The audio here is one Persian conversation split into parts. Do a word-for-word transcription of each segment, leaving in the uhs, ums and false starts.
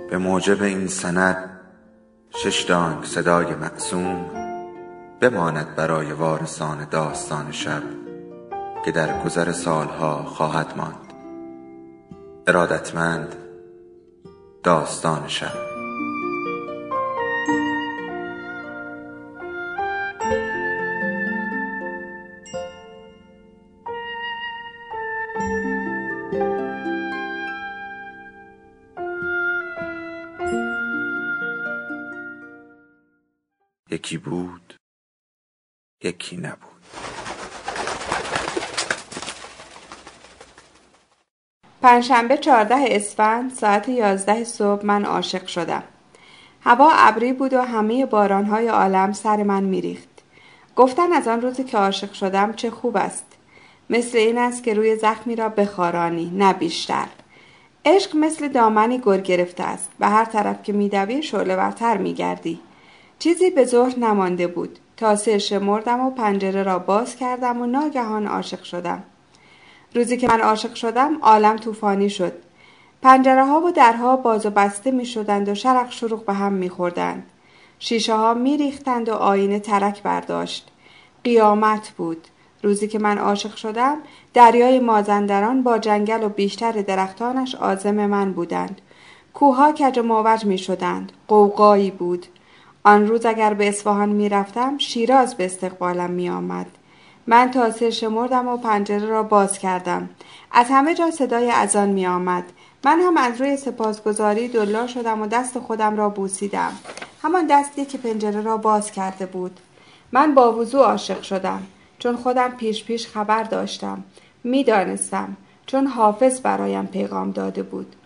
به موجب این سند شش دانگ صدای معصوم بماند برای وارثان داستان شب که در گذر سالها خواهد ماند. ارادتمند، داستان شب. یکی بود، یکی نبود. پنجشنبه چهاردهم اسفند ساعت یازده صبح من عاشق شدم. هوا ابری بود و همه بارانهای عالم سر من میریخت. گفتن از آن روزی که عاشق شدم چه خوب است. مثل این است که روی زخمی را بخارانی، نه بیشتر. عشق مثل دامنی گر گرفته است و هر طرف که میدوی شعله ورتر میگردی. چیزی به ظهر نمانده بود. تا سه شمردم و پنجره را باز کردم و ناگهان عاشق شدم. روزی که من عاشق شدم عالم طوفانی شد. پنجره ها و درها باز و بسته می شدند و شرق شروق به هم می خوردند. شیشه ها می ریختند و آینه ترک برداشت. قیامت بود. روزی که من عاشق شدم دریای مازندران با جنگل و بیشتر درختانش عازم من بودند. کوهها کج و ماوج می شدند. غوغایی بود. آن روز اگر به اصفهان می رفتم شیراز به استقبالم می آمد. من تا سه شمردم و پنجره را باز کردم. از همه جا صدای اذان می آمد. من هم از روی سپاسگزاری دلا شدم و دست خودم را بوسیدم. همان دستی که پنجره را باز کرده بود. من با وضو عاشق شدم. چون خودم پیش پیش خبر داشتم. می دانستم. چون حافظ برایم پیغام داده بود.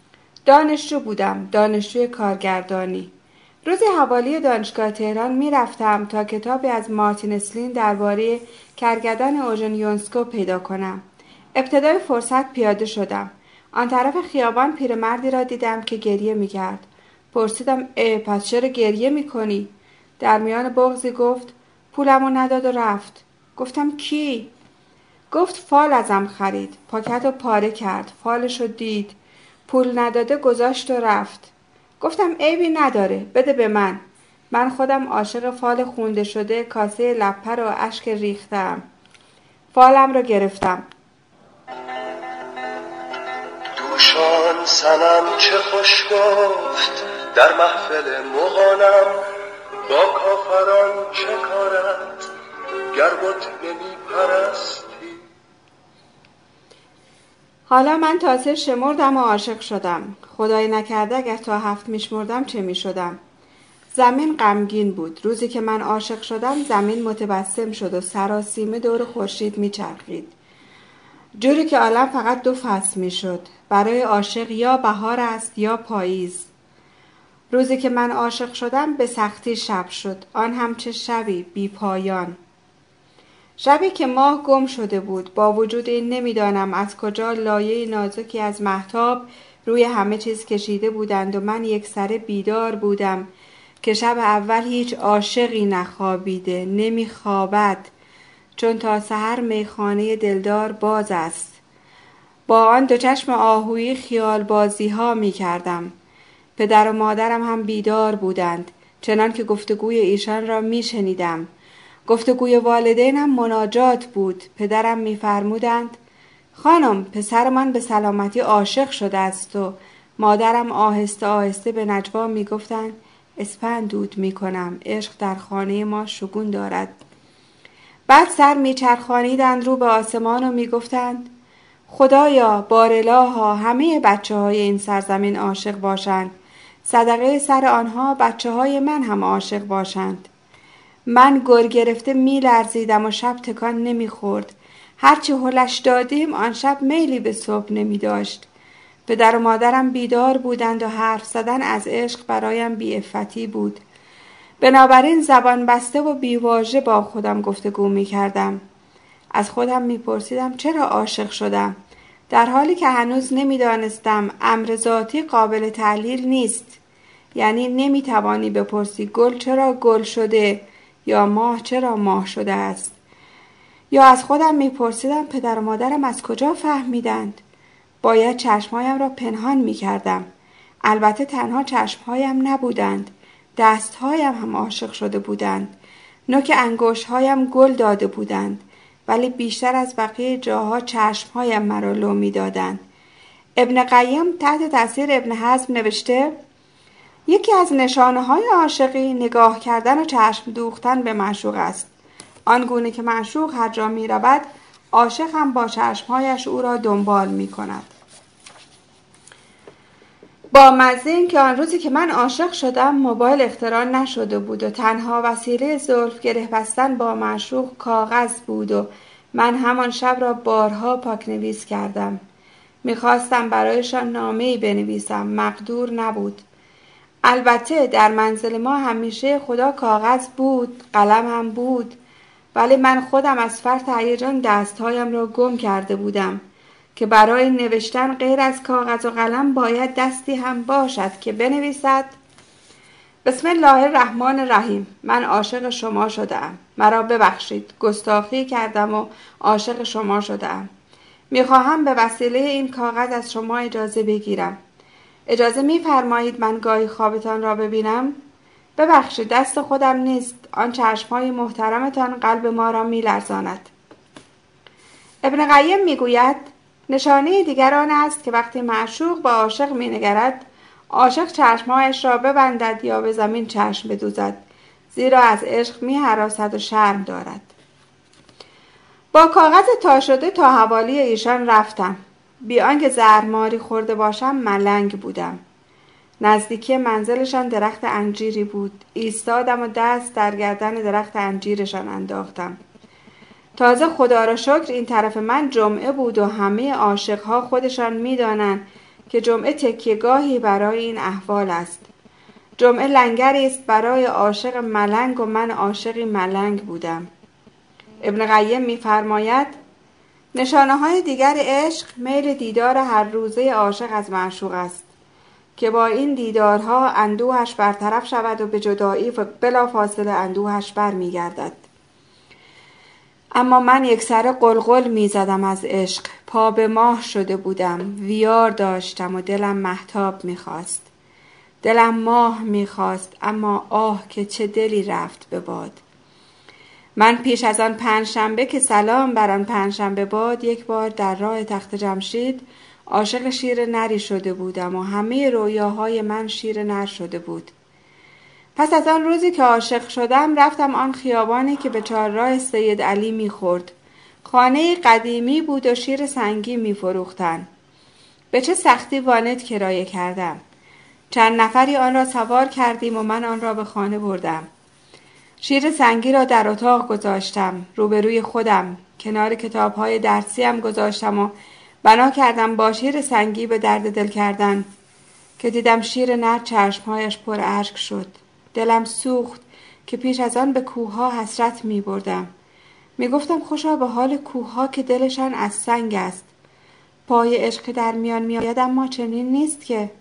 دانشجو بودم. دانشجوی کارگردانی. روزی حوالی دانشگاه تهران می رفتم تا کتابی از مارتین اسلین درباره کرگدن اوژن یونسکو پیدا کنم. ابتدای فرصت پیاده شدم. آن طرف خیابان پیرمردی را دیدم که گریه می کرد. پرسیدم ای پس چرا گریه می کنی؟ در میان بغضی گفت پولمو نداد و رفت. گفتم کی؟ گفت فال ازم خرید. پاکت رو پاره کرد. فالشو دید. پول نداده گذاشت و رفت. گفتم عیبی نداره، بده به من. من خودم عاشق فال خونده شده کاسه لپر و اشک ریختم. فالم رو گرفتم. دوشان سنم چه خوش گفت در محفل مغانم، با کافران چه کارت گر بت نمی پرستی. حالا من تا سه شمردم و عاشق شدم. خدای نکرده اگر تا هفت میشمردم چه میشدم؟ زمین غمگین بود. روزی که من عاشق شدم زمین متبسم شد و سراسیمه دور خورشید میچرخید. جوری که عالم فقط دو فصل میشد. برای عاشق یا بهار است یا پاییز. روزی که من عاشق شدم به سختی شب شد. آن هم چه شبی بی پایان. شبی که ماه گم شده بود. با وجود این نمیدانم از کجا لایه نازکی از مهتاب روی همه چیز کشیده بودند و من یک سره بیدار بودم که شب اول هیچ عاشقی نخوابیده، نمیخوابد، چون تا سحر میخانه دلدار باز است. با آن دو چشم آهویی خیال بازی ها می کردم. پدر و مادرم هم بیدار بودند، چنان که گفتگوی ایشان را می شنیدم. گفتگوی والدینم مناجات بود. پدرم می‌فرمودند خانم پسرمان به سلامتی عاشق شده است و مادرم آهسته آهسته به نجوا می‌گفتند اسپند دود می‌کنم، عشق در خانه ما شگون دارد. بعد سر می‌چرخانیدند رو به آسمان و می‌گفتند خدایا بارالها همه بچه‌های این سرزمین عاشق باشند، صدقه سر آنها بچه‌های من هم عاشق باشند. من گر گرفته می لرزیدم و شب تکان نمی خورد. هرچی هلش دادیم آن شب میلی به صبح نمی داشت. پدر و مادرم بیدار بودند و حرف زدن از عشق برایم بی‌عفتی بود. بنابراین زبان بسته و بیواژه با خودم گفتگو می کردم. از خودم می پرسیدم چرا عاشق شدم، در حالی که هنوز نمی دانستم امر ذاتی قابل تحلیل نیست. یعنی نمی توانی بپرسی گل چرا گل شده یا ماه چرا ماه شده است. یا از خودم میپرسیدم پدر و مادرم از کجا فهمیدند. باید چشمهایم را پنهان میکردم. البته تنها چشمهایم نبودند، دستهایم هم عاشق شده بودند، نوک انگشتهایم گل داده بودند، ولی بیشتر از بقیه جاها چشمهایم مرا لو می دادند. ابن قیم تحت تاثیر ابن حزم نوشته یکی از نشانه های عاشقی نگاه کردن و چشم دوختن به معشوق است. آنگونه که معشوق هر جا می رود، عاشق هم با چشمهایش او را دنبال می کند. با مزه این که آن روزی که من عاشق شدم موبایل اختراع نشده بود و تنها وسیله زلف گره بستن با معشوق کاغذ بود و من همان شب را بارها پاک نویس کردم. میخواستم برایشان نامه‌ای بنویسم، مقدور نبود. البته در منزل ما همیشه خدا کاغذ بود، قلم هم بود، ولی من خودم از فرط هیجان دستهایم را گم کرده بودم که برای نوشتن غیر از کاغذ و قلم باید دستی هم باشد که بنویسد بسم الله الرحمن الرحیم، من عاشق شما شدم، مرا ببخشید، گستاخی کردم و عاشق شما شدم. میخواهم به وسیله این کاغذ از شما اجازه بگیرم. اجازه میفرمایید من گاهی خوابتان را ببینم؟ ببخشید، دست خودم نیست، آن چشمهای محترمتان قلب ما را میلرزاند. ابن قیم میگوید نشانه دیگر آن است که وقتی معشوق با عاشق مینگرد، عاشق چشمهایش را ببندد یا به زمین چشم بدوزد، زیرا از عشق میهراسد و شرم دارد. با کاغذ تا شده تا حوالی ایشان رفتم. بی آنکه زهرماری خورده باشم ملنگ بودم. نزدیکی منزلشان درخت انجیری بود. ایستادم و دست در گردن درخت انجیرشان انداختم. تازه خدا را شکر این طرف من جمعه بود و همه عاشقها خودشان می‌دانند که جمعه تکیه‌گاهی برای این احوال است. جمعه لنگری است برای عاشق ملنگ و من عاشقی ملنگ بودم. ابن قیم می‌فرماید نشانه‌های دیگر عشق میل دیدار هر روزه عاشق از معشوق است که با این دیدارها اندوهش برطرف شود و به جدایی و بلا فاصله اندوهش برمیگردد. اما من یک سر قلقل می زدم از عشق، پا به ماه شده بودم، ویار داشتم و دلم مهتاب می خواست. دلم ماه می خواست، اما آه که چه دلی رفت به باد. من پیش از آن پنجشنبه که سلام بر آن پنجشنبه باد یک بار در راه تخت جمشید عاشق شیر نری شده بودم و همه رویاهای من شیر نر شده بود. پس از آن روزی که عاشق شدم رفتم آن خیابانی که به چهارراه سید علی میخورد. خانه قدیمی بود و شیر سنگی میفروختند. به چه سختی وانت کرایه کردم. چند نفری آن را سوار کردیم و من آن را به خانه بردم. شیر سنگی را در اتاق گذاشتم، روبروی خودم، کنار کتاب‌های درسیم گذاشتم و بنا کردم با شیر سنگی به درد دل کردن که دیدم شیر نر چشمهایش پر اشک شد. دلم سوخت که پیش از آن به کوه‌ها حسرت می بردم. می گفتم خوشا به حال کوه‌ها که دلشان از سنگ است. پای عشق در میان می آید، اما چنین نیست که.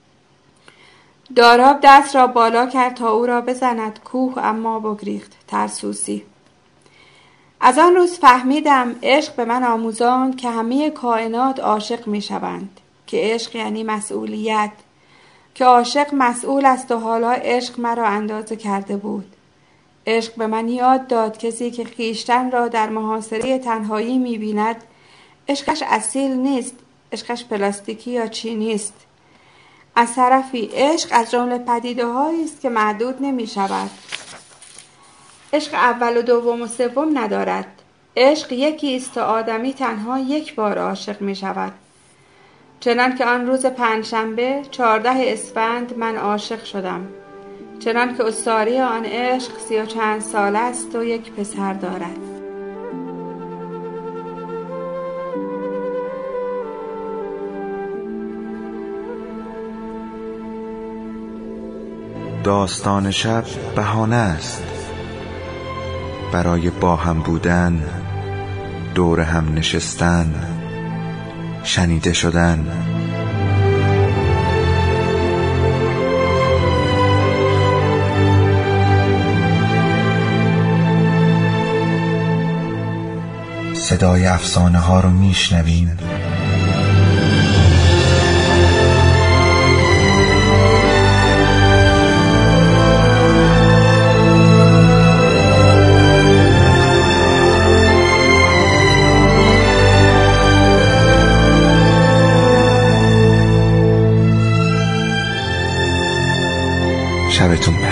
داراب دست را بالا کرد تا او را بزند. کوه اما بگریخت. ترسوسی. از آن روز فهمیدم عشق به من آموزاند که همه کائنات عاشق می شوند، که عشق یعنی مسئولیت، که عاشق مسئول است و حالا عشق مرا اندازه کرده بود. عشق به من یاد داد کسی که خویشتن را در محاصره تنهایی می بیند عشقش اصیل نیست، عشقش پلاستیکی یا چینی است. از طرفی عشق از جمله پدیده‌هایی است که محدود نمی شود. عشق اول و دوم و سوم ندارد. عشق یکی است و آدمی تنها یک بار عاشق می شود. چنان که آن روز پنجشنبه چهارده اسفند من عاشق شدم. چنان که استاری آن عشق سی و چند سال است و یک پسر دارد. داستان شب بهانه است برای با هم بودن، دور هم نشستن، شنیده شدن. صدای افسانه ها رو میشنویم. شبتون